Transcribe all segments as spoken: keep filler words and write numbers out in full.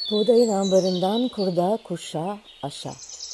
Buğdayın ambarından kurda kuşa aşa.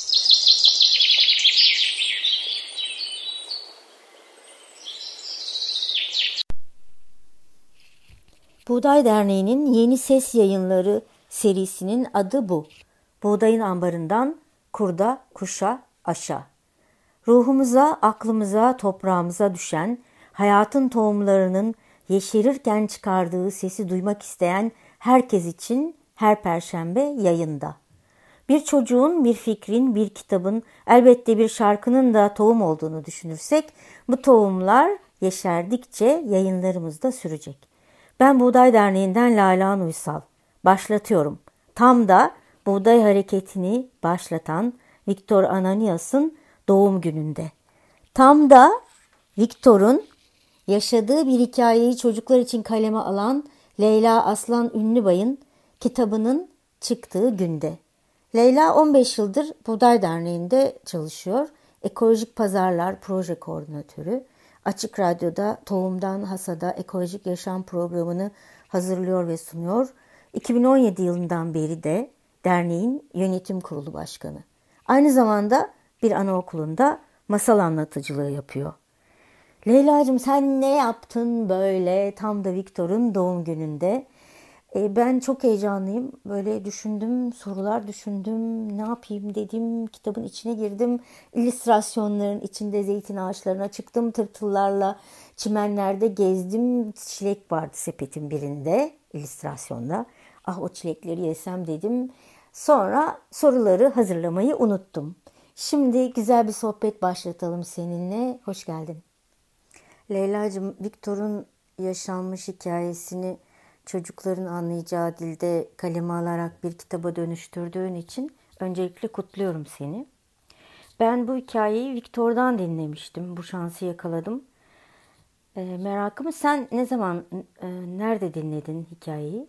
Buğday Derneği'nin Yeni Ses Yayınları serisinin adı bu. Buğdayın ambarından kurda kuşa aşa. Ruhumuza, aklımıza, toprağımıza düşen, hayatın tohumlarının yeşerirken çıkardığı sesi duymak isteyen herkes için her perşembe yayında. Bir çocuğun, bir fikrin, bir kitabın, elbette bir şarkının da tohum olduğunu düşünürsek, bu tohumlar yeşerdikçe yayınlarımızda sürecek. Ben Buğday Derneği'nden Lala Uysal. Başlatıyorum. Tam da Buğday Hareketi'ni başlatan Viktor Ananias'ın doğum gününde. Tam da Viktor'un yaşadığı bir hikayeyi çocuklar için kaleme alan Leyla Aslan Ünlübay'ın kitabının çıktığı günde. Leyla on beş yıldır Buğday Derneği'nde çalışıyor. Ekolojik Pazarlar Proje Koordinatörü. Açık Radyo'da Tohumdan Hasada Ekolojik Yaşam programını hazırlıyor ve sunuyor. iki bin on yedi yılından beri de derneğin yönetim kurulu başkanı. Aynı zamanda bir anaokulunda masal anlatıcılığı yapıyor. Leyla'cığım, sen ne yaptın böyle tam da Viktor'un doğum gününde? E, ben çok heyecanlıyım. Böyle düşündüm, sorular düşündüm. Ne yapayım dedim. Kitabın içine girdim. İllüstrasyonların içinde zeytin ağaçlarına çıktım. Tırtıllarla çimenlerde gezdim. Çilek vardı sepetin birinde illüstrasyonda. Ah, o çilekleri yesem dedim. Sonra soruları hazırlamayı unuttum. Şimdi güzel bir sohbet başlatalım seninle. Hoş geldin. Leyla'cığım, Viktor'un yaşanmış hikayesini çocukların anlayacağı dilde kaleme alarak bir kitaba dönüştürdüğün için öncelikle kutluyorum seni. Ben bu hikayeyi Viktor'dan dinlemiştim. Bu şansı yakaladım. E, merakımı, sen ne zaman, e, nerede dinledin hikayeyi?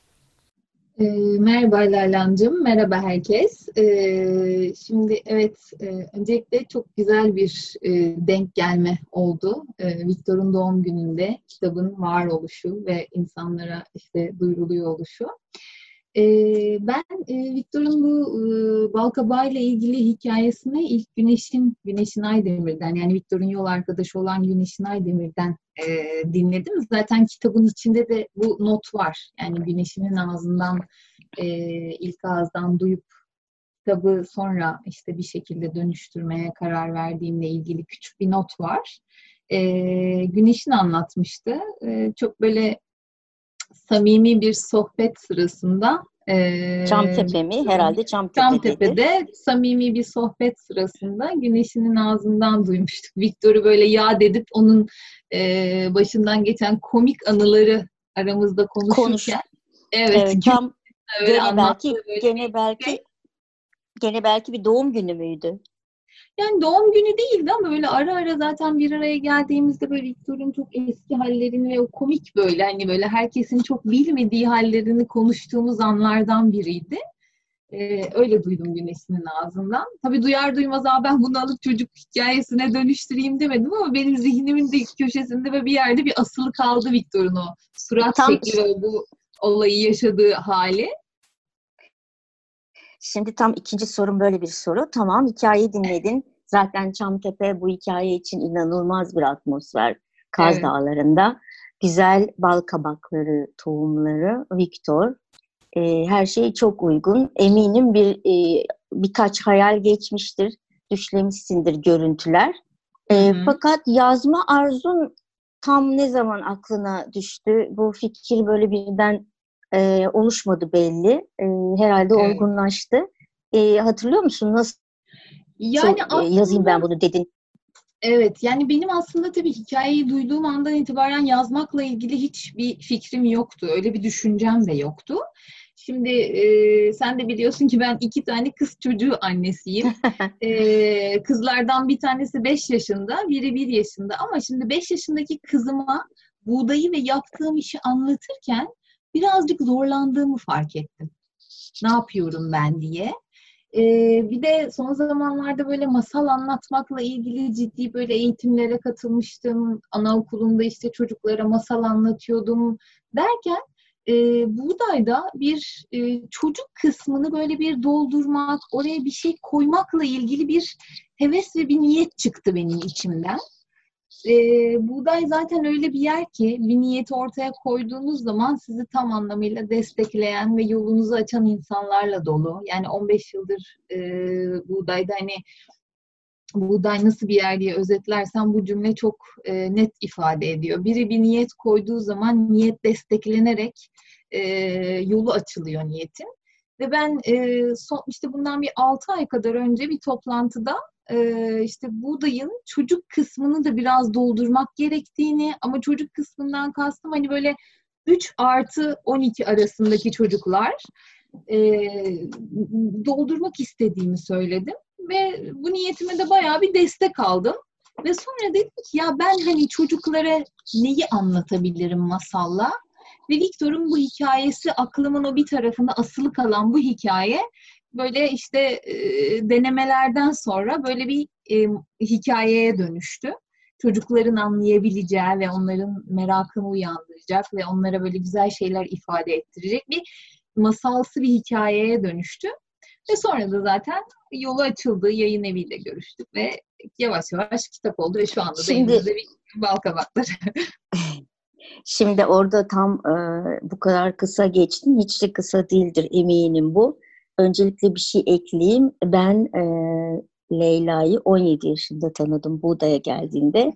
E, merhaba Lalan'cığım, merhaba herkes. E, şimdi evet, e, öncelikle çok güzel bir e, denk gelme oldu. E, Viktor'un doğum gününde kitabın var oluşu ve insanlara işte duyuruluyor oluşu. E, ben e, Viktor'un bu e, Balkabağı ile ilgili hikayesini ilk Güneş'in Güneş'in Aydemir'den, yani Viktor'un yol arkadaşı olan Güneş'in Aydemir'den e, dinledim. Zaten kitabın içinde de bu not var. Yani Güneş'in ağzından e, ilk ağızdan duyup kitabı sonra işte bir şekilde dönüştürmeye karar verdiğimle ilgili küçük bir not var. E, Güneş'in anlatmıştı. E, çok böyle samimi bir sohbet sırasında e, Çamtepe mi? Herhalde Çamtepe dedi. Çamtepe'de samimi bir sohbet sırasında Güneş'in ağzından duymuştuk. Viktor'u böyle yad edip onun e, başından geçen komik anıları aramızda Konuş. konuşurken evet, Evet, tam böyle gene anlattığı belki böyle gene bir şey. belki gene belki bir doğum günü müydü? Yani doğum günü değildi ama böyle ara ara zaten bir araya geldiğimizde böyle Viktor'un çok eski hallerini ve o komik böyle hani böyle herkesin çok bilmediği hallerini konuştuğumuz anlardan biriydi. Ee, öyle duydum Güneş'in ağzından. Tabii duyar duymaz "Aa, ben bunu alıp çocuk hikayesine dönüştüreyim" demedim ama benim zihnimin de köşesinde ve bir yerde bir asılı kaldı Viktor'un o surat Tam şekli ve bu olayı yaşadığı hali. Şimdi tam ikinci sorum böyle bir soru. Tamam, hikayeyi dinledin. Zaten Çamtepe bu hikaye için inanılmaz bir atmosfer. Kaz Evet. Dağları'nda. Güzel bal kabakları, tohumları, Viktor. Ee, her şey çok uygun. Eminim bir e, birkaç hayal geçmiştir. Düşlemişsindir görüntüler. Hı Ee, hı. fakat yazma arzun tam ne zaman aklına düştü? Bu fikir böyle birden e, oluşmadı belli. E, herhalde Evet. olgunlaştı. E, hatırlıyor musun nasıl Yani e, yazayım ben aslında bunu dedin? evet, yani benim aslında tabii hikayeyi duyduğum andan itibaren yazmakla ilgili hiçbir fikrim yoktu. Öyle bir düşüncem de yoktu. Şimdi e, sen de biliyorsun ki ben iki tane kız çocuğu annesiyim. E, kızlardan bir tanesi beş yaşında, biri bir yaşında. Ama şimdi beş yaşındaki kızıma buğdayı ve yaptığım işi anlatırken birazcık zorlandığımı fark ettim. Ne yapıyorum ben diye. Ee, bir de son zamanlarda böyle masal anlatmakla ilgili ciddi böyle eğitimlere katılmıştım. Anaokulunda işte çocuklara masal anlatıyordum derken e, buğdayda bir e, çocuk kısmını böyle bir doldurmak, oraya bir şey koymakla ilgili bir heves ve bir niyet çıktı benim içimden. E, buğday zaten öyle bir yer ki bir niyeti ortaya koyduğunuz zaman sizi tam anlamıyla destekleyen ve yolunuzu açan insanlarla dolu. Yani on beş yıldır e, buğdayda hani buğday nasıl bir yer diye özetlersem bu cümle çok e, net ifade ediyor. Biri bir niyet koyduğu zaman niyet desteklenerek e, yolu açılıyor niyetin. Ve ben e, son, işte bundan bir altı ay kadar önce bir toplantıda e, işte buğdayın çocuk kısmını da biraz doldurmak gerektiğini, ama çocuk kısmından kastım hani böyle üç artı on iki arasındaki çocuklar e, doldurmak istediğimi söyledim. Ve bu niyetime de bayağı bir destek aldım. Ve sonra dedim ki ya ben hani çocuklara neyi anlatabilirim masalla? Ve Victor'un bu hikayesi aklımın o bir tarafında asılı kalan bu hikaye böyle işte e, denemelerden sonra böyle bir e, hikayeye dönüştü. Çocukların anlayabileceği ve onların merakını uyandıracak ve onlara böyle güzel şeyler ifade ettirecek bir masalsı bir hikayeye dönüştü. Ve sonra da zaten yolu açıldı, yayın eviyle görüştük ve yavaş yavaş kitap oldu ve şu anda da Şimdi elimizde bir bal kabakları. şimdi orada tam e, bu kadar kısa geçtin. Hiç de kısa değildir eminim bu. Öncelikle bir şey ekleyeyim. Ben e, Leyla'yı on yedi yaşında tanıdım Buğda'ya geldiğinde.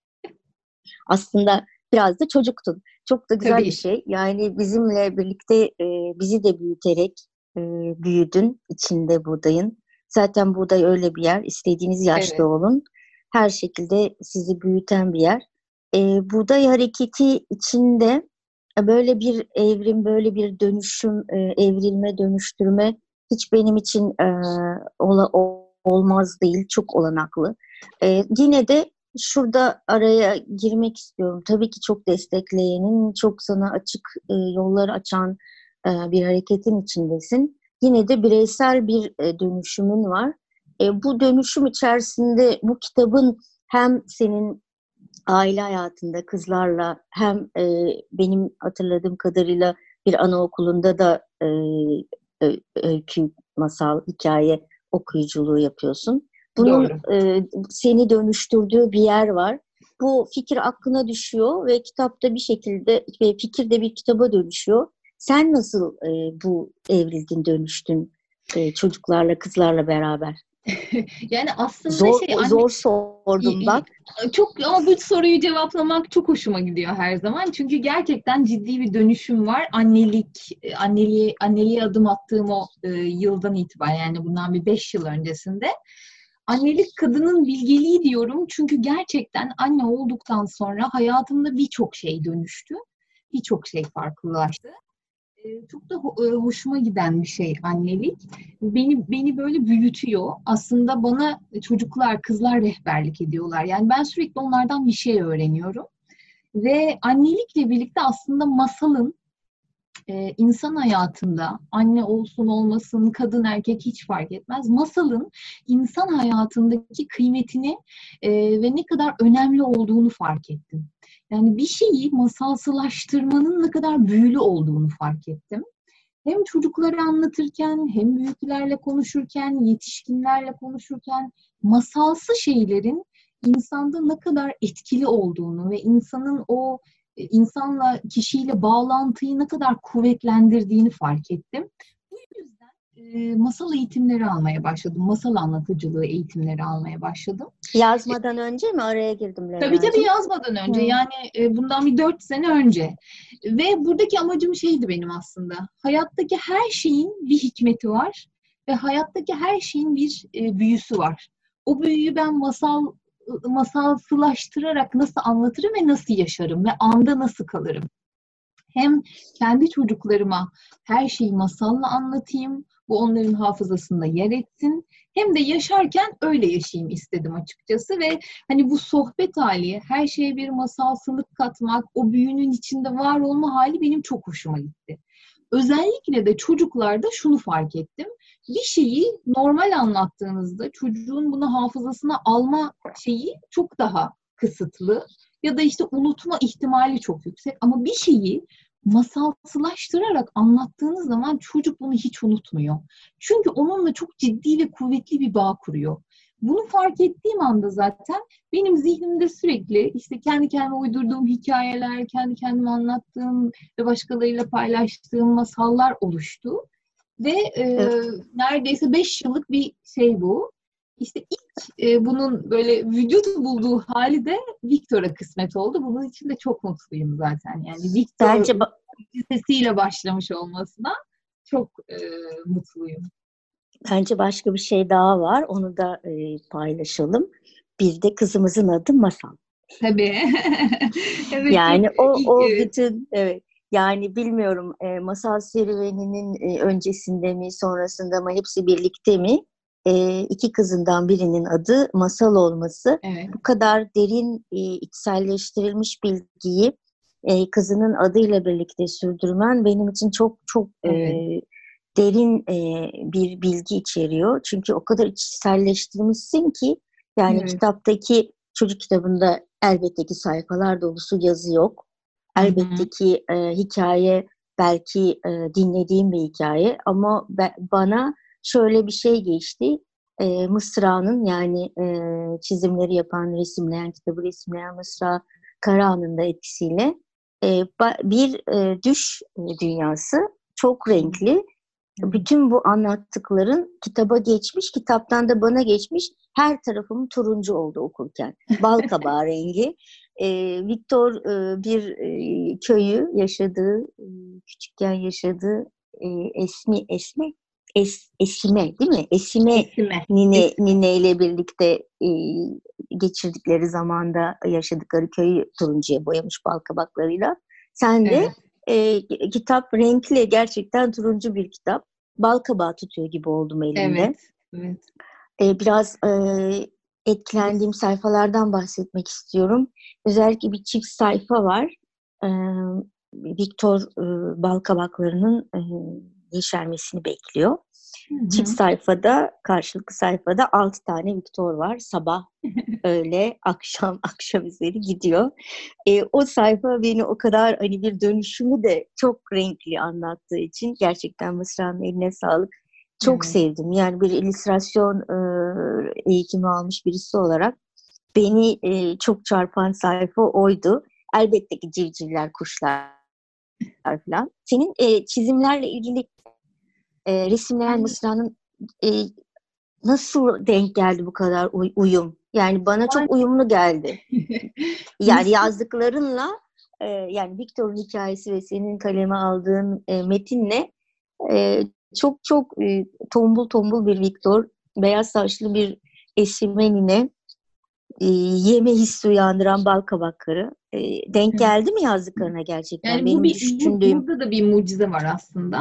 Aslında biraz da çocuktun. Çok da güzel bir Tabii, şey. Yani bizimle birlikte e, bizi de büyüterek e, büyüdün içinde buğdayın. Zaten buğday öyle bir yer. İstediğiniz yaşta evet. olun. Her şekilde sizi büyüten bir yer. E, buğday hareketi içinde e, böyle bir evrim, böyle bir dönüşüm, e, evrilme, dönüştürme hiç benim için e, ola, o- olmaz değil. Çok olanaklı. E, yine de şurada araya girmek istiyorum. Tabii ki çok destekleyenin, çok sana açık e, yolları açan e, bir hareketin içindesin. Yine de bireysel bir e, dönüşümün var. E, bu dönüşüm içerisinde bu kitabın hem senin aile hayatında kızlarla hem e, benim hatırladığım kadarıyla bir anaokulunda da e, ö- öykü, masal, hikaye okuyuculuğu yapıyorsun. Bunun Doğru. e, seni dönüştürdüğü bir yer var. Bu fikir aklına düşüyor ve kitapta bir şekilde ve fikir de bir kitaba dönüşüyor. Sen nasıl e, bu evrildin, dönüştün e, çocuklarla, kızlarla beraber? Yani aslında Zor şey anne zor sordum bak. çok, ama bu soruyu cevaplamak çok hoşuma gidiyor her zaman. Çünkü gerçekten ciddi bir dönüşüm var. Annelik, anneliğe, anneliğe adım attığım o e, yıldan itibaren, yani bundan bir beş yıl öncesinde. Annelik kadının bilgeliği diyorum. Çünkü gerçekten anne olduktan sonra hayatımda birçok şey dönüştü. Birçok şey farklılaştı. E, Çok da ho- e, hoşuma giden bir şey annelik. Beni beni böyle büyütüyor. Aslında bana çocuklar, kızlar rehberlik ediyorlar. Yani ben sürekli onlardan bir şey öğreniyorum. Ve annelikle birlikte aslında masalın e, insan hayatında, anne olsun olmasın, kadın erkek hiç fark etmez, masalın insan hayatındaki kıymetini e, ve ne kadar önemli olduğunu fark ettim. Yani bir şeyi masalsılaştırmanın ne kadar büyülü olduğunu fark ettim. Hem çocuklara anlatırken, hem büyüklerle konuşurken, yetişkinlerle konuşurken masalsı şeylerin insanda ne kadar etkili olduğunu ve insanın o e, insanla, kişiyle bağlantıyı ne kadar kuvvetlendirdiğini fark ettim. Bu yüzden e, masal eğitimleri almaya başladım. Masal anlatıcılığı eğitimleri almaya başladım. Yazmadan önce mi araya girdim Tabii tabii, Leyla'cığım? yazmadan önce, Hı. yani e, bundan bir dört sene önce. Ve buradaki amacım şeydi benim aslında. Hayattaki her şeyin bir hikmeti var ve hayattaki her şeyin bir e, büyüsü var. O büyüyü ben masal masalsılaştırarak nasıl anlatırım ve nasıl yaşarım ve anda nasıl kalırım? Hem kendi çocuklarıma her şeyi masalla anlatayım, bu onların hafızasında yer etsin. Hem de yaşarken öyle yaşayayım istedim açıkçası ve hani bu sohbet hali, her şeye bir masalsılık katmak, o büyünün içinde var olma hali benim çok hoşuma gitti. Özellikle de çocuklarda şunu fark ettim. Bir şeyi normal anlattığınızda çocuğun bunu hafızasına alma şeyi çok daha kısıtlı ya da işte unutma ihtimali çok yüksek. Ama bir şeyi masalsılaştırarak anlattığınız zaman çocuk bunu hiç unutmuyor. Çünkü onunla çok ciddi ve kuvvetli bir bağ kuruyor. Bunu fark ettiğim anda zaten benim zihnimde sürekli işte kendi kendime uydurduğum hikayeler, kendi kendime anlattığım ve başkalarıyla paylaştığım masallar oluştu. Ve e, Evet. neredeyse beş yıllık bir şey bu. İşte ilk e, bunun böyle vücut bulduğu hali de Victor'a kısmet oldu. Bunun için de çok mutluyum zaten. Yani Victor Bence ba- sesiyle başlamış olmasına çok e, mutluyum. bence başka bir şey daha var. Onu da e, paylaşalım. Bir de kızımızın adı Masal. Tabii. Evet, Yani ilk, o ilk o evet. bütün, evet. Yani bilmiyorum, e, Masal serüveninin e, öncesinde mi sonrasında mı hepsi birlikte mi? E, iki kızından birinin adı Masal olması, Evet. bu kadar derin e, içselleştirilmiş bilgiyi e, kızının adıyla birlikte sürdürmen benim için çok çok e, Evet. derin e, bir bilgi içeriyor. Çünkü o kadar içselleştirmişsin ki, yani Evet. kitaptaki, çocuk kitabında elbette ki sayfalar dolusu yazı yok. Hı Elbette hı. ki e, hikaye belki e, dinlediğim bir hikaye, ama be, bana şöyle bir şey geçti. E, Mısra'nın, yani e, çizimleri yapan, resimleyen, kitabı resimleyen Mısra Karahan'ın da etkisiyle e, ba- bir e, düş e, dünyası, çok renkli. Evet. Bütün bu anlattıkların kitaba geçmiş, kitaptan da bana geçmiş. Her tarafım turuncu oldu okurken. Bal kabağı rengi. E, Victor e, bir e, köyü yaşadığı, e, küçükken yaşadığı e, Esmi, Esme, Es, Esime değil mi? Esime Esime. nine, Esime. nine ile birlikte e, geçirdikleri zamanda yaşadıkları köyü turuncuya boyamış bal kabaklarıyla. Sen de Evet. e, kitap renkli, gerçekten turuncu bir kitap. Bal kabağı tutuyor gibi oldum elimde. Evet. Evet. E, biraz e, etkilendiğim sayfalardan bahsetmek istiyorum. Özellikle bir çift sayfa var. E, Victor e, bal kabaklarının e, yeşermesini bekliyor. Hı Çift hı. sayfada, karşılıklı sayfada altı tane Victor var. Sabah, öğle, akşam, akşam üzeri gidiyor. E, o sayfa beni o kadar, hani bir dönüşümü de çok renkli anlattığı için, gerçekten Mısra'nın eline sağlık. Çok Evet. sevdim. Yani bir illüstrasyon e, eğitimi almış birisi olarak beni e, çok çarpan sayfa oydu. Elbette ki civcivler, kuşlar falan. Senin e, çizimlerle ilgili e, resimleyen Yani, Mısra'nın e, nasıl denk geldi bu kadar uy- uyum? Yani bana çok yani uyumlu geldi. Yani Mısır. yazdıklarınla, e, yani Victor'un hikayesi ve senin kaleme aldığın e, metinle e, çok çok e, tombul tombul bir Victor, beyaz saçlı bir Esimenine, e, yeme hissi uyandıran bal kabakları. E, denk Evet. geldi mi yazdıklarına gerçekten? Yani bu Benim bir bu, düşündüğüm. burada da bir mucize var aslında.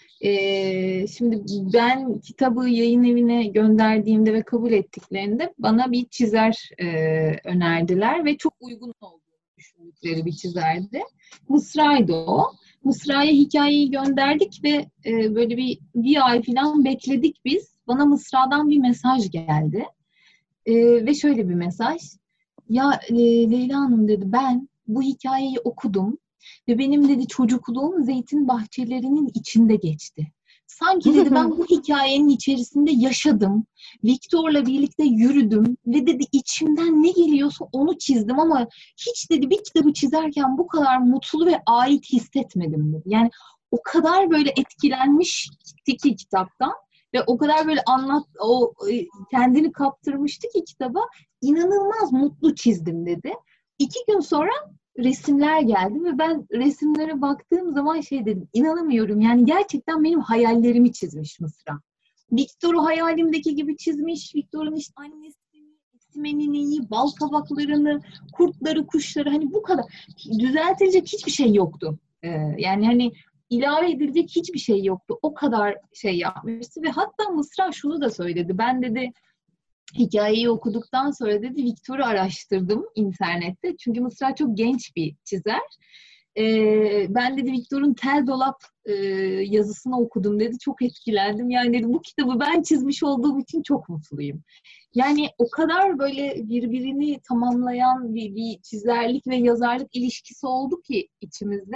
Ee, şimdi ben kitabı yayın evine gönderdiğimde ve kabul ettiklerinde bana bir çizer e, önerdiler ve çok uygun olduğunu düşündükleri bir çizerdi. Mısra'ydı o. Mısra'ya hikayeyi gönderdik ve e, böyle bir bir ay falan bekledik biz. Bana Mısra'dan bir mesaj geldi. E, ve şöyle bir mesaj. Ya e, Leyla Hanım dedi, ben bu hikayeyi okudum ve benim dedi çocukluğum zeytin bahçelerinin içinde geçti. Sanki dedi ben bu hikayenin içerisinde yaşadım. Victor'la birlikte yürüdüm ve dedi içimden ne geliyorsa onu çizdim ama hiç dedi bir kitabı çizerken bu kadar mutlu ve ait hissetmedim dedi. Yani o kadar böyle etkilenmişti ki kitaptan ve o kadar böyle anlat, o e, kendini kaptırmıştı ki kitaba, inanılmaz mutlu çizdim dedi. İki gün sonra resimler geldi ve ben resimlere baktığım zaman şey dedim, inanamıyorum yani gerçekten benim hayallerimi çizmiş Mısra. Victor'u hayalimdeki gibi çizmiş. Victor'un işte annesini, Simen'ineyi, bal kabaklarını, kurtları, kuşları, hani bu kadar. Düzeltilecek hiçbir şey yoktu. Ee, yani hani ilave edilecek hiçbir şey yoktu. O kadar şey yapmıştı ve hatta Mısra şunu da söyledi. Ben dedi hikayeyi okuduktan sonra dedi Victor'u araştırdım internette. Çünkü Mısra çok genç bir çizer. Ee, ben dedi Victor'un Tel Dolap e, yazısını okudum dedi. Çok etkilendim. Yani dedi bu kitabı ben çizmiş olduğum için çok mutluyum. Yani o kadar böyle birbirini tamamlayan bir, bir çizerlik ve yazarlık ilişkisi oldu ki içimizde.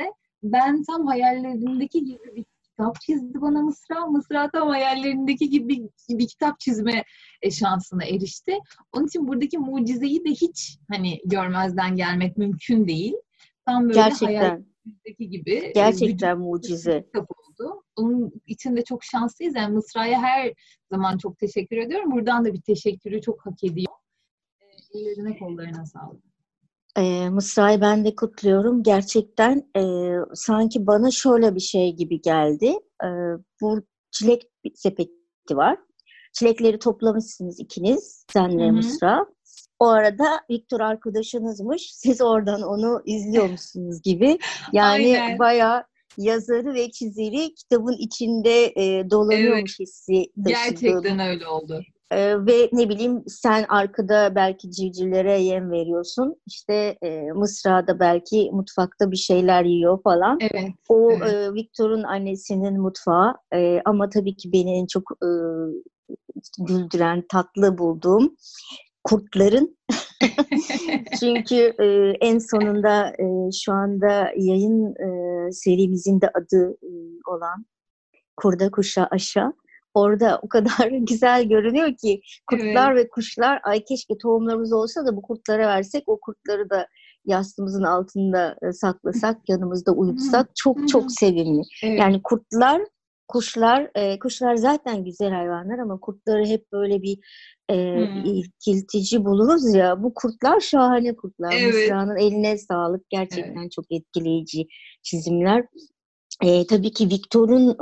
ben tam hayallerindeki gibi bir kitap çizdi bana Mısra. Mısra tam hayallerindeki gibi bir kitap çizme e, şansına erişti. Onun için buradaki mucizeyi de hiç hani görmezden gelmek mümkün değil. Tam böyle Gerçekten, hayallerindeki gibi e, vücut gerçekten bir mucize. kitap oldu. Onun için de çok şanslıyız. Yani Mısra'ya her zaman çok teşekkür ediyorum. Buradan da bir teşekkürü çok hak ediyor. E, ellerine kollarına sağlık. Ee, Mısra'yı ben de kutluyorum. Gerçekten e, sanki bana şöyle bir şey gibi geldi. Ee, bu çilek sepeti var. Çilekleri toplamışsınız ikiniz, Hı senle hı. Mısra. O arada Viktor arkadaşınızmış. Siz oradan onu izliyormuşsunuz gibi. Yani Aynen. bayağı yazarı ve çizeri kitabın içinde e, Evet. dolanıyormuş hissi taşıdım. Gerçekten öyle oldu. Ee, ve ne bileyim sen arkada belki civcivlere yem veriyorsun. İşte e, Mısra'da belki mutfakta bir şeyler yiyor falan. Evet. O Evet. e, Victor'un annesinin mutfağı. E, ama tabii ki beni en çok e, güldüren, tatlı bulduğum kurtların. Çünkü e, en sonunda e, şu anda yayın e, serimizin de adı e, olan Kurda Kuşa Aşa. Orada o kadar güzel görünüyor ki Evet. kurtlar ve kuşlar, ay keşke tohumlarımız olsa da bu kurtlara versek, o kurtları da yastığımızın altında e, saklasak, yanımızda Hı uyutsak hı. çok çok sevimli. Evet. Yani kurtlar, kuşlar, e, kuşlar zaten güzel hayvanlar ama kurtları hep böyle bir e, Hı. irkiltici buluruz ya. Bu kurtlar şahane kurtlar. Evet. Mısra'nın eline sağlık. Evet. Gerçekten çok etkileyici çizimler. E, tabii ki Victor'un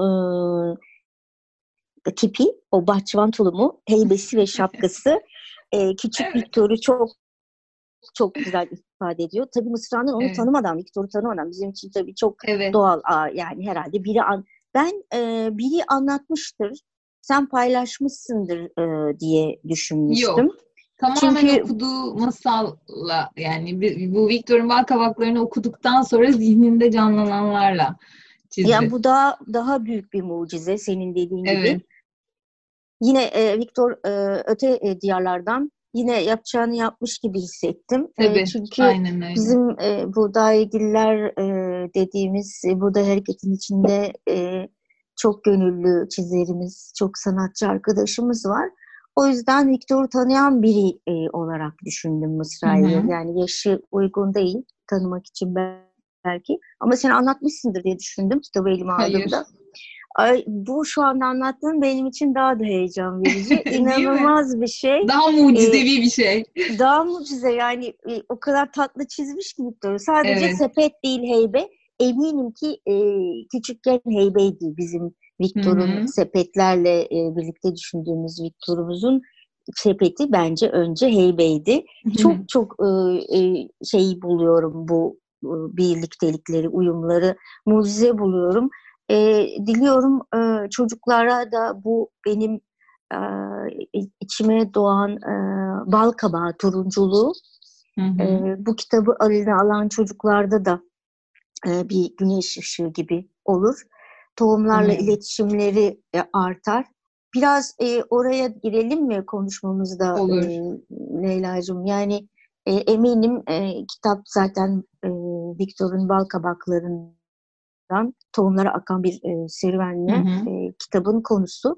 e, tipi, o bahçıvan tulumu, heybesi ve şapkası e, küçük Evet. Victor'u çok çok güzel ifade ediyor. Tabii Mısra'nın onu Evet. tanımadan, Victor'u tanımadan bizim için tabii çok Evet. doğal. Aa, yani herhalde biri an ben e, biri anlatmıştır, sen paylaşmışsındır e, diye düşünmüştüm. Yok. Tamamen Çünkü okuduğu masalla yani bir- bu Victor'un Balkabaklarını okuduktan sonra zihninde canlananlarla yani çizdi. bu daha daha büyük bir mucize, senin dediğin gibi. Evet. Yine e, Victor e, öte e, diyarlardan yine yapacağını yapmış gibi hissettim. E, Tabii. çünkü Aynen öyle. bizim e, buğdaygiller e, dediğimiz e, buğday hareketin içinde e, çok gönüllü çizerimiz, çok sanatçı arkadaşımız var. O yüzden Victor'u tanıyan biri e, olarak düşündüm Hı Mısra'yı. hı. Yani yaşı uygun değil tanımak için belki. Ama sen anlatmışsındır diye düşündüm kitabı elime Hayır. aldığımda. Ay, bu şu anda anlattığın benim için daha da heyecan verici. Değil mi? İnanılmaz bir şey. Daha Ee, mucizevi bir şey. daha mucize yani, e, o kadar tatlı çizmiş ki Victor. Sadece Evet. sepet değil, heybe. Eminim ki e, küçükken heybeydi bizim Hı Victor'un, hı. sepetlerle e, birlikte düşündüğümüz Victor'umuzun sepeti bence önce heybeydi. Çok çok e, e, şey buluyorum bu e, birliktelikleri, uyumları mucize buluyorum. E, diliyorum e, çocuklara da bu benim e, içime doğan e, bal kabağı turunculuğu Hı e, hı. bu kitabı eline alan çocuklarda da e, bir güneş ışığı gibi olur. Tohumlarla Umarım. iletişimleri e, artar. Biraz e, oraya girelim mi konuşmamızda e, Olur. Leyla'cığım? Yani e, eminim e, kitap zaten e, Victor'un bal kabaklarından tohumlara akan bir e, Hı serüvenle hı. e, kitabın konusu.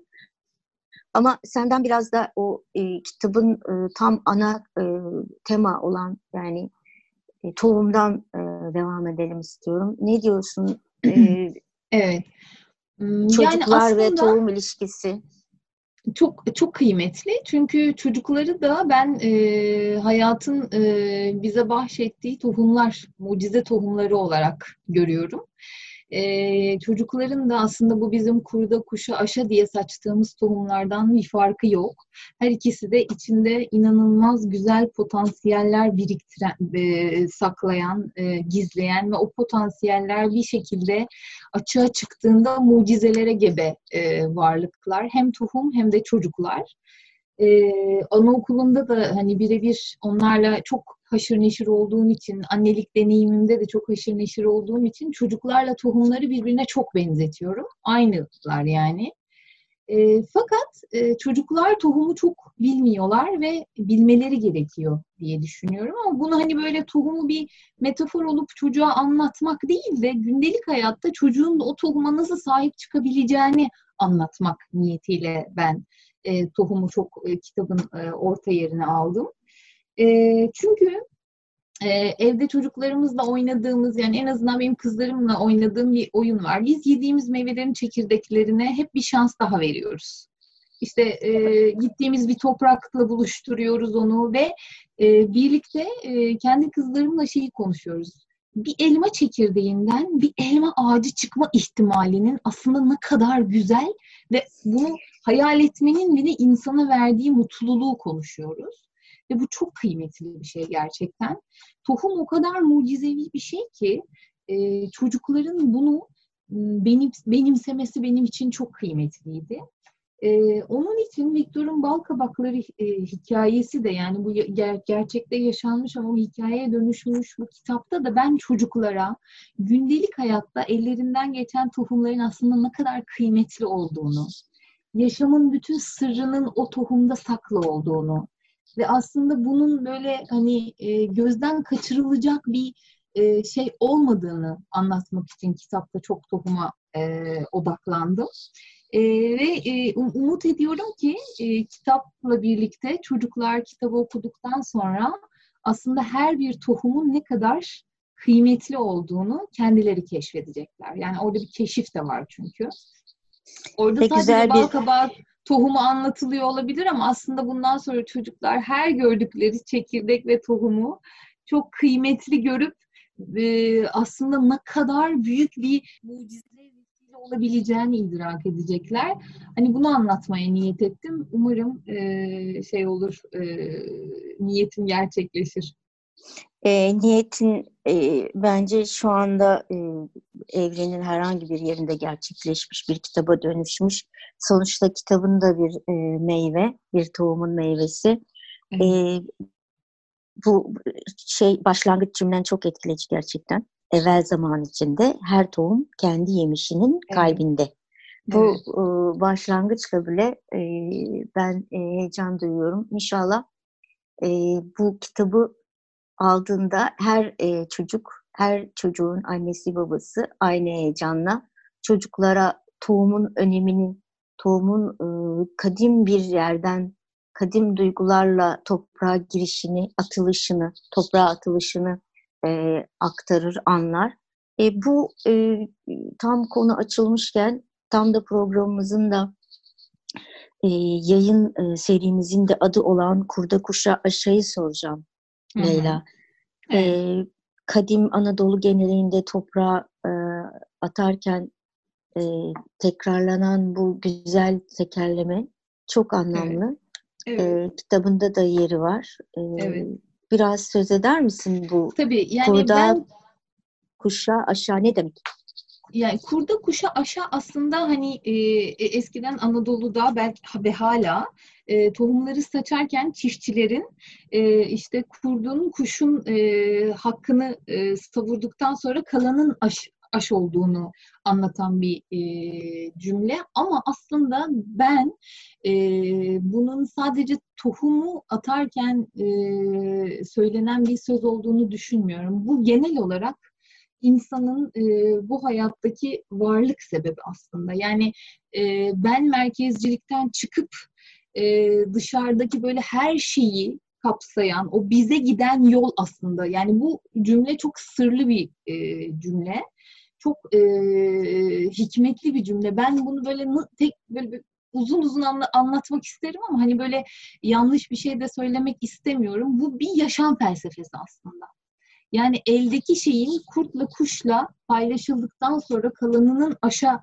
Ama senden biraz da o e, kitabın e, tam ana e, tema olan, yani e, tohumdan e, devam edelim istiyorum. Ne diyorsun? E, Evet. Hmm, Yani çocuklar ve aslında tohum ilişkisi. çok çok kıymetli çünkü çocukları da ben e, hayatın e, bize bahşettiği tohumlar, mucize tohumları olarak görüyorum. E, çocukların da aslında bu bizim kurda kuşa aşa diye saçtığımız tohumlardan bir farkı yok. Her ikisi de içinde inanılmaz güzel potansiyeller biriktiren, e, saklayan, e, gizleyen ve o potansiyeller bir şekilde açığa çıktığında mucizelere gebe e, varlıklar. Hem tohum hem de çocuklar. Ee, anaokulunda da hani birebir onlarla çok haşır neşir olduğum için, annelik deneyimimde de çok haşır neşir olduğum için çocuklarla tohumları birbirine çok benzetiyorum. Aynılar yani. E, fakat e, çocuklar tohumu çok bilmiyorlar ve bilmeleri gerekiyor diye düşünüyorum. Ama bunu hani böyle tohumu bir metafor olup çocuğa anlatmak değil de gündelik hayatta çocuğun da o tohuma nasıl sahip çıkabileceğini anlatmak niyetiyle ben e, tohumu çok e, kitabın e, orta yerine aldım. E, çünkü e, evde çocuklarımızla oynadığımız, yani en azından benim kızlarımla oynadığım bir oyun var. Biz yediğimiz meyvelerin çekirdeklerine hep bir şans daha veriyoruz. İşte e, gittiğimiz bir toprakla buluşturuyoruz onu ve e, birlikte e, kendi kızlarımla şeyi konuşuyoruz. Bir elma çekirdeğinden bir elma ağacı çıkma ihtimalinin aslında ne kadar güzel ve bunu hayal etmenin bile insana verdiği mutluluğu konuşuyoruz. Ve bu çok kıymetli bir şey gerçekten. Tohum o kadar mucizevi bir şey ki e, çocukların bunu benim, benimsemesi benim için çok kıymetliydi. Ee, onun için Viktor'un Balkabakları e, hikayesi de, yani bu ger- gerçekte yaşanmış ama hikayeye dönüşmüş bu kitapta da ben çocuklara gündelik hayatta ellerinden geçen tohumların aslında ne kadar kıymetli olduğunu, yaşamın bütün sırrının o tohumda saklı olduğunu ve aslında bunun böyle hani e, gözden kaçırılacak bir e, şey olmadığını anlatmak için kitapta çok tohuma e, odaklandım. E, ve e, umut ediyorum ki e, kitapla birlikte çocuklar kitabı okuduktan sonra aslında her bir tohumun ne kadar kıymetli olduğunu kendileri keşfedecekler. Yani orada bir keşif de var çünkü. Orada Ve sadece güzel bal bir kabağı tohumu anlatılıyor olabilir ama aslında bundan sonra çocuklar her gördükleri çekirdek ve tohumu çok kıymetli görüp e, aslında ne kadar büyük bir mucize olabileceğini idrak edecekler. Hani bunu anlatmaya niyet ettim. Umarım e, şey olur, e, niyetim gerçekleşir. E, niyetin e, bence şu anda e, evrenin herhangi bir yerinde gerçekleşmiş, bir kitaba dönüşmüş. Sonuçta kitabın da bir e, meyve, bir tohumun meyvesi. E, Evet. Bu şey başlangıç cümlen çok etkileyici gerçekten. Evvel zaman içinde her tohum kendi yemişinin Evet. kalbinde. Bu Evet. e, başlangıçla bile e, ben e, heyecan duyuyorum. İnşallah e, bu kitabı aldığında her e, çocuk, her çocuğun annesi babası aynı heyecanla çocuklara tohumun önemini, tohumun e, kadim bir yerden, kadim duygularla toprağa girişini, atılışını, toprağa atılışını e, aktarır, anlar. E, bu e, tam konu açılmışken, tam da programımızın da e, yayın e, serimizin de adı olan Kurda Kuşa Aşa'yı soracağım Hı hı. Leyla. Evet. E, Kadim Anadolu genelinde toprağa e, atarken e, tekrarlanan bu güzel tekerleme çok Evet. anlamlı. Evet. E, kitabında da yeri var. E, Evet. biraz söz eder misin bu Tabii yani kurda ben kuşa aşağı ne demek? yani kurda kuşa aşa aslında hani e, e, eskiden Anadolu'da belki ve hala e, tohumları saçarken çiftçilerin e, işte kurdun kuşun e, hakkını e, savurduktan sonra kalanın aş, aş olduğunu anlatan bir e, cümle. Ama aslında ben e, bunun sadece tohumu atarken e, söylenen bir söz olduğunu düşünmüyorum. Bu genel olarak insanın e, bu hayattaki varlık sebebi aslında. Yani e, ben merkezcilikten çıkıp e, dışarıdaki böyle her şeyi kapsayan, o bize giden yol aslında. Yani bu cümle çok sırlı bir e, cümle. Çok e, hikmetli bir cümle. Ben bunu böyle tek böyle bir uzun uzun anla, anlatmak isterim ama hani böyle yanlış bir şey de söylemek istemiyorum. Bu bir yaşam felsefesi aslında. Yani eldeki şeyin kurtla kuşla paylaşıldıktan sonra kalanının aşa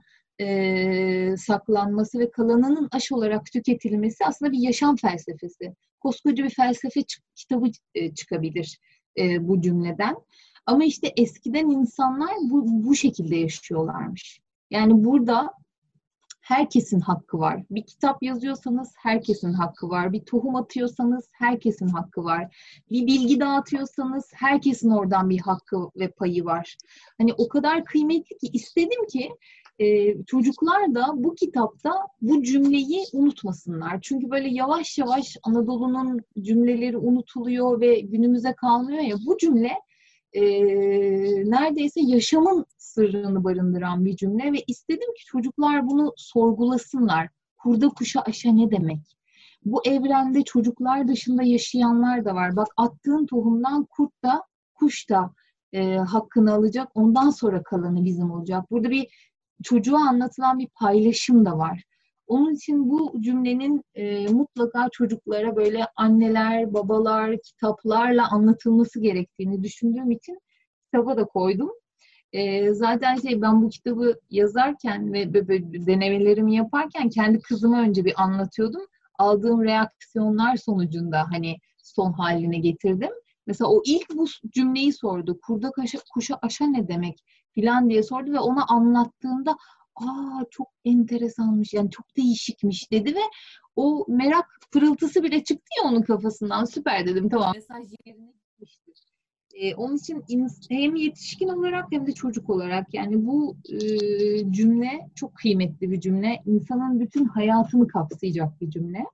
e, saklanması ve kalanının aş olarak tüketilmesi aslında bir yaşam felsefesi. Koskoca bir felsefe çık- kitabı e, çıkabilir e, bu cümleden. Ama işte eskiden insanlar bu, bu şekilde yaşıyorlarmış. Yani burada herkesin hakkı var. Bir kitap yazıyorsanız herkesin hakkı var. Bir tohum atıyorsanız herkesin hakkı var. Bir bilgi dağıtıyorsanız herkesin oradan bir hakkı ve payı var. Hani o kadar kıymetli ki istedim ki e, çocuklar da bu kitapta bu cümleyi unutmasınlar. Çünkü böyle yavaş yavaş Anadolu'nun cümleleri unutuluyor ve günümüze kalmıyor ya. Bu cümle e, neredeyse yaşamın sırrını barındıran bir cümle ve istedim ki çocuklar bunu sorgulasınlar. Kurda kuşa aşa ne demek? Bu evrende çocuklar dışında yaşayanlar da var. Bak, attığın tohumdan kurt da kuş da e, hakkını alacak. Ondan sonra kalanı bizim olacak. Burada bir çocuğa anlatılan bir paylaşım da var. Onun için bu cümlenin e, mutlaka çocuklara böyle anneler, babalar, kitaplarla anlatılması gerektiğini düşündüğüm için kitaba da koydum. E, zaten şey, ben bu kitabı yazarken ve böyle denemelerimi yaparken kendi kızıma önce bir anlatıyordum. Aldığım reaksiyonlar sonucunda hani son haline getirdim. Mesela o ilk bu cümleyi sordu. Kurda kaşa, kuşa aşa ne demek filan diye sordu ve ona anlattığımda aa, çok enteresanmış, yani çok değişikmiş dedi ve o merak pırıltısı bile çıktı ya onun kafasından. Süper dedim, tamam, mesaj yerine gitmiştir. Ee, onun için ins- hem yetişkin olarak hem de çocuk olarak, yani bu e, cümle çok kıymetli bir cümle. İnsanın bütün hayatını kapsayacak bir cümle.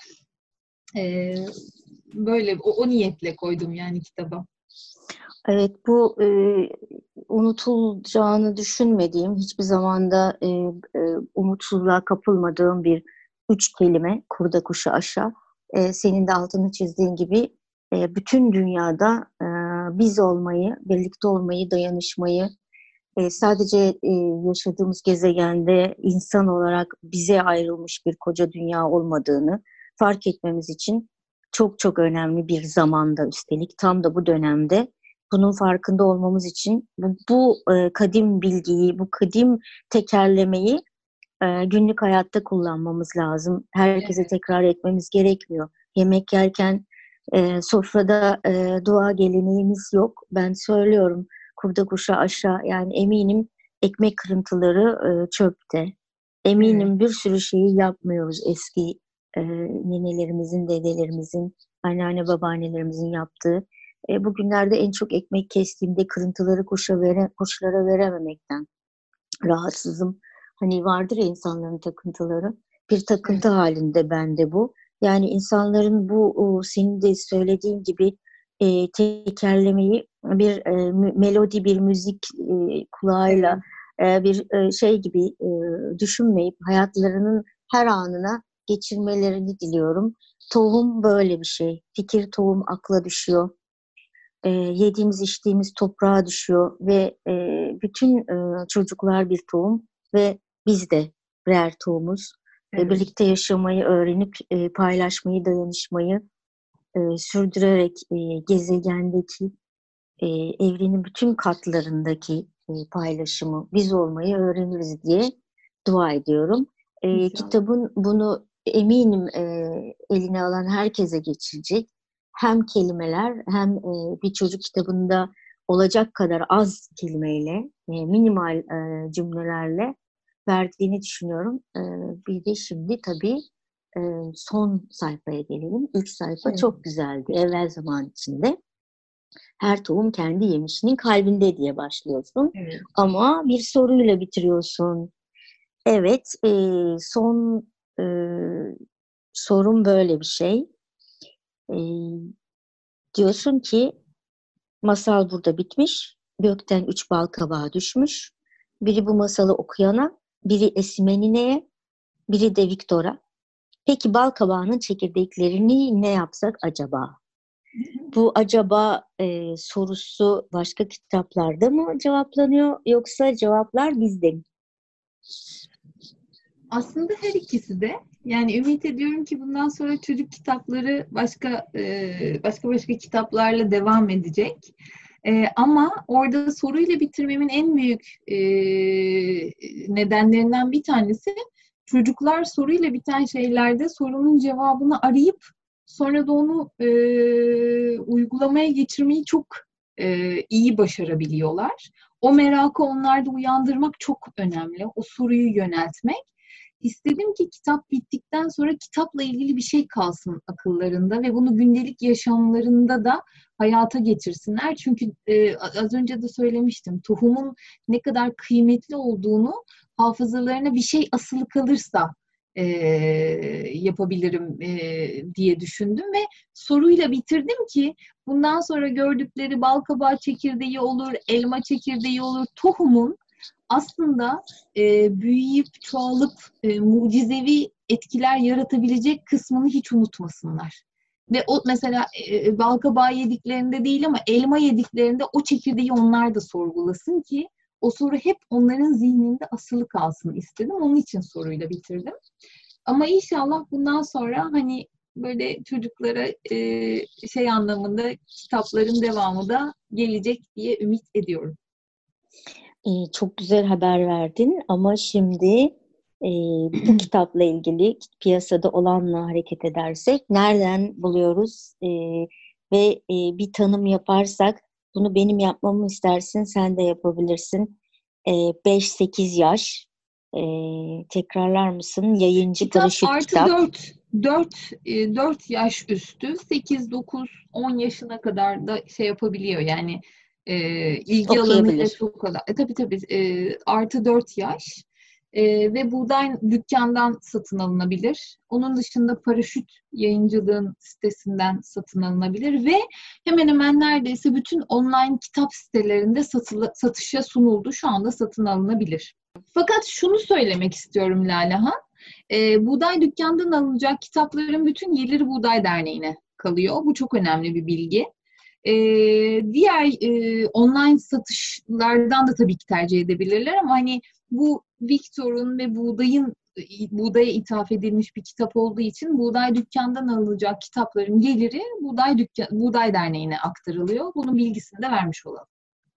Ee, böyle o, o niyetle koydum yani kitaba. Evet, bu e, unutulacağını düşünmediğim, hiçbir zamanda e, e, umutsuzluğa kapılmadığım bir üç kelime, kurda kuşa aşa. E, senin de altını çizdiğin gibi e, bütün dünyada e, biz olmayı, birlikte olmayı, dayanışmayı, e, sadece e, yaşadığımız gezegende insan olarak bize ayrılmış bir koca dünya olmadığını fark etmemiz için çok çok önemli bir zamanda, üstelik tam da bu dönemde bunun farkında olmamız için bu, bu e, kadim bilgiyi, bu kadim tekerlemeyi e, günlük hayatta kullanmamız lazım. Herkese Evet. tekrar etmemiz gerekmiyor. Yemek yerken e, sofrada e, dua geleneğimiz yok. Ben söylüyorum kurda kuşa aşağı, yani eminim ekmek kırıntıları e, çöpte. Evet. Eminim bir sürü şeyi yapmıyoruz eski e, ninelerimizin, dedelerimizin, anneanne babaannelerimizin yaptığı. E, bugünlerde en çok ekmek kestiğimde kırıntıları kuşa vere, kuşlara verememekten rahatsızım. Hani vardır ya insanların takıntıları. Bir takıntı Evet. halinde bende bu. Yani insanların bu o, senin de söylediğin gibi e, tekerlemeyi bir e, melodi, bir müzik e, kulağıyla Evet. e, bir e, şey gibi e, düşünmeyip hayatlarının her anına geçirmelerini diliyorum. Tohum böyle bir şey. Fikir tohum akla düşüyor. E, yediğimiz içtiğimiz toprağa düşüyor ve e, bütün e, çocuklar bir tohum ve biz de birer tohumuz. E, Evet. birlikte yaşamayı öğrenip e, paylaşmayı, dayanışmayı e, sürdürerek e, gezegendeki e, evrenin bütün katlarındaki e, paylaşımı biz olmayı öğreniriz diye dua ediyorum. E, İnşallah. kitabın bunu eminim e, eline alan herkese geçirecek. Hem kelimeler hem e, bir çocuk kitabında olacak kadar az kelimeyle, e, minimal e, cümlelerle verdiğini düşünüyorum. E, bir de şimdi tabii e, son sayfaya gelelim. İlk sayfa Evet. çok güzeldi. Evvel zaman içinde. Her tohum kendi yemişinin kalbinde diye başlıyorsun. Evet. Ama bir soruyla bitiriyorsun. Evet, e, son e, sorum böyle bir şey. E, diyorsun ki masal burada bitmiş. Gökten üç bal kabağı düşmüş. Biri bu masalı okuyana, biri Esimenine'ye, biri de Viktor'a. Peki bal kabağının çekirdeklerini ne yapsak acaba? Bu acaba e, sorusu başka kitaplarda mı cevaplanıyor yoksa cevaplar bizde mi? Aslında her ikisi de. Yani ümit ediyorum ki bundan sonra çocuk kitapları başka e, başka başka kitaplarla devam edecek. E, ama orada soruyla bitirmemin en büyük e, nedenlerinden bir tanesi, çocuklar soruyla biten şeylerde sorunun cevabını arayıp sonra da onu e, uygulamaya geçirmeyi çok e, iyi başarabiliyorlar. O merakı onlarda uyandırmak çok önemli. O soruyu yöneltmek. İstedim ki kitap bittikten sonra kitapla ilgili bir şey kalsın akıllarında ve bunu gündelik yaşamlarında da hayata geçirsinler. Çünkü e, az önce de söylemiştim, tohumun ne kadar kıymetli olduğunu hafızalarına bir şey asılı kalırsa e, yapabilirim e, diye düşündüm ve soruyla bitirdim ki bundan sonra gördükleri balkabağı çekirdeği olur, elma çekirdeği olur, tohumun aslında e, büyüyüp çoğalıp e, mucizevi etkiler yaratabilecek kısmını hiç unutmasınlar. Ve o mesela e, balkabağı yediklerinde değil ama elma yediklerinde o çekirdeği onlar da sorgulasın ki o soru hep onların zihninde asılı kalsın istedim. Onun için soruyla bitirdim. Ama inşallah bundan sonra hani böyle çocuklara e, şey anlamında kitapların devamı da gelecek diye ümit ediyorum. Ee, çok güzel haber verdin ama şimdi e, bu kitapla ilgili piyasada olanla hareket edersek nereden buluyoruz? E, ve e, bir tanım yaparsak bunu benim yapmamı istersin, sen de yapabilirsin. E, beş sekiz yaş. E, tekrarlar mısın? Yayıncı Kitap Karışık artı Kitap. dört dört dört yaş üstü, sekiz dokuz on yaşına kadar da şey yapabiliyor yani e, ilgi alanıyla Okuyabilir. çok kadar. E, tabii tabii e, artı dört yaş e, ve Buğday dükkandan satın alınabilir. Onun dışında Paraşüt Yayıncılığın sitesinden satın alınabilir ve hemen hemen neredeyse bütün online kitap sitelerinde satılı, satışa sunuldu. Şu anda satın alınabilir. Fakat şunu söylemek istiyorum Lalehan. E, Buğday Dükkan'dan alınacak kitapların bütün geliri Buğday Derneği'ne kalıyor. Bu çok önemli bir bilgi. E, diğer e, online satışlardan da tabii ki tercih edebilirler ama hani bu Victor'un ve Buğday'ın Buğday'a ithaf edilmiş bir kitap olduğu için Buğday Dükkan'dan alınacak kitapların geliri Buğday Dükkan, Buğday Derneği'ne aktarılıyor. Bunun bilgisini de vermiş olalım.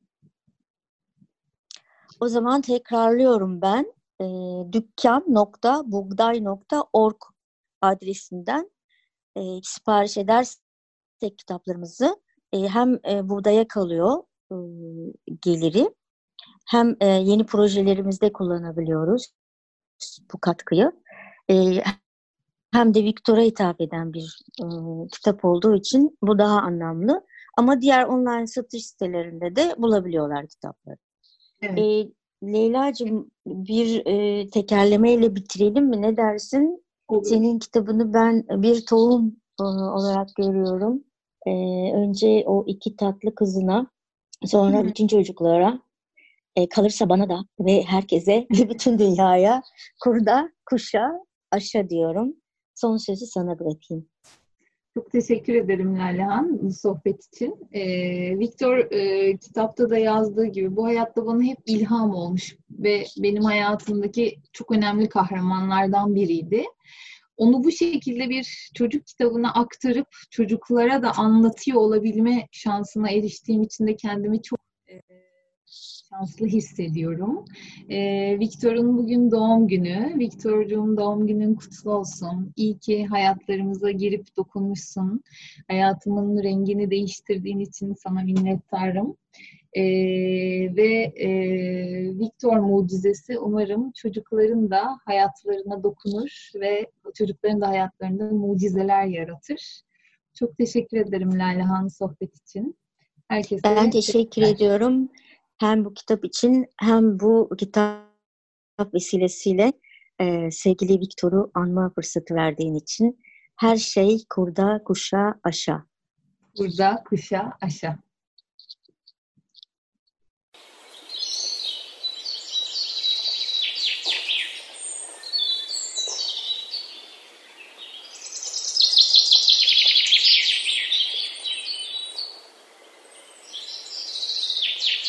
O zaman tekrarlıyorum ben. E, dükkan nokta buğday nokta org adresinden e, sipariş edersek kitaplarımızı e, hem e, buğdaya kalıyor e, geliri, hem e, yeni projelerimizde kullanabiliyoruz bu katkıyı. E, hem de Victor'a hitap eden bir e, kitap olduğu için bu daha anlamlı. Ama diğer online satış sitelerinde de bulabiliyorlar kitapları. Evet. E, Leyla'cığım, bir e, tekerlemeyle bitirelim mi? Ne dersin? Olur. Senin kitabını ben bir tohum e, olarak görüyorum. E, önce o iki tatlı kızına, sonra bütün çocuklara, e, kalırsa bana da ve herkese ve bütün dünyaya, kurda, kuşa, aşa diyorum. Son sözü sana bırakayım. Çok teşekkür ederim Lalehan bu sohbet için. Ee, Victor e, kitapta da yazdığı gibi bu hayatta bana hep ilham olmuş ve benim hayatımdaki çok önemli kahramanlardan biriydi. Onu bu şekilde bir çocuk kitabına aktarıp çocuklara da anlatıyor olabilme şansına eriştiğim için de kendimi çok e, şanslı hissediyorum. Ee, Victor'un bugün doğum günü. Victor'cum, doğum günün kutlu olsun. İyi ki hayatlarımıza girip dokunmuşsun. Hayatımın rengini değiştirdiğin için sana minnettarım. Ee, ve e, Victor mucizesi umarım çocukların da hayatlarına dokunur ve çocukların da hayatlarında mucizeler yaratır. Çok teşekkür ederim Lalehan sohbet için. Herkese Ben teşekkür teşekkürler. ediyorum. Hem bu kitap için hem bu kitap vesilesiyle e, sevgili Victor'u anma fırsatı verdiğin için. Her şey kurda, kuşa, aşa. Burada kuşa aşağı.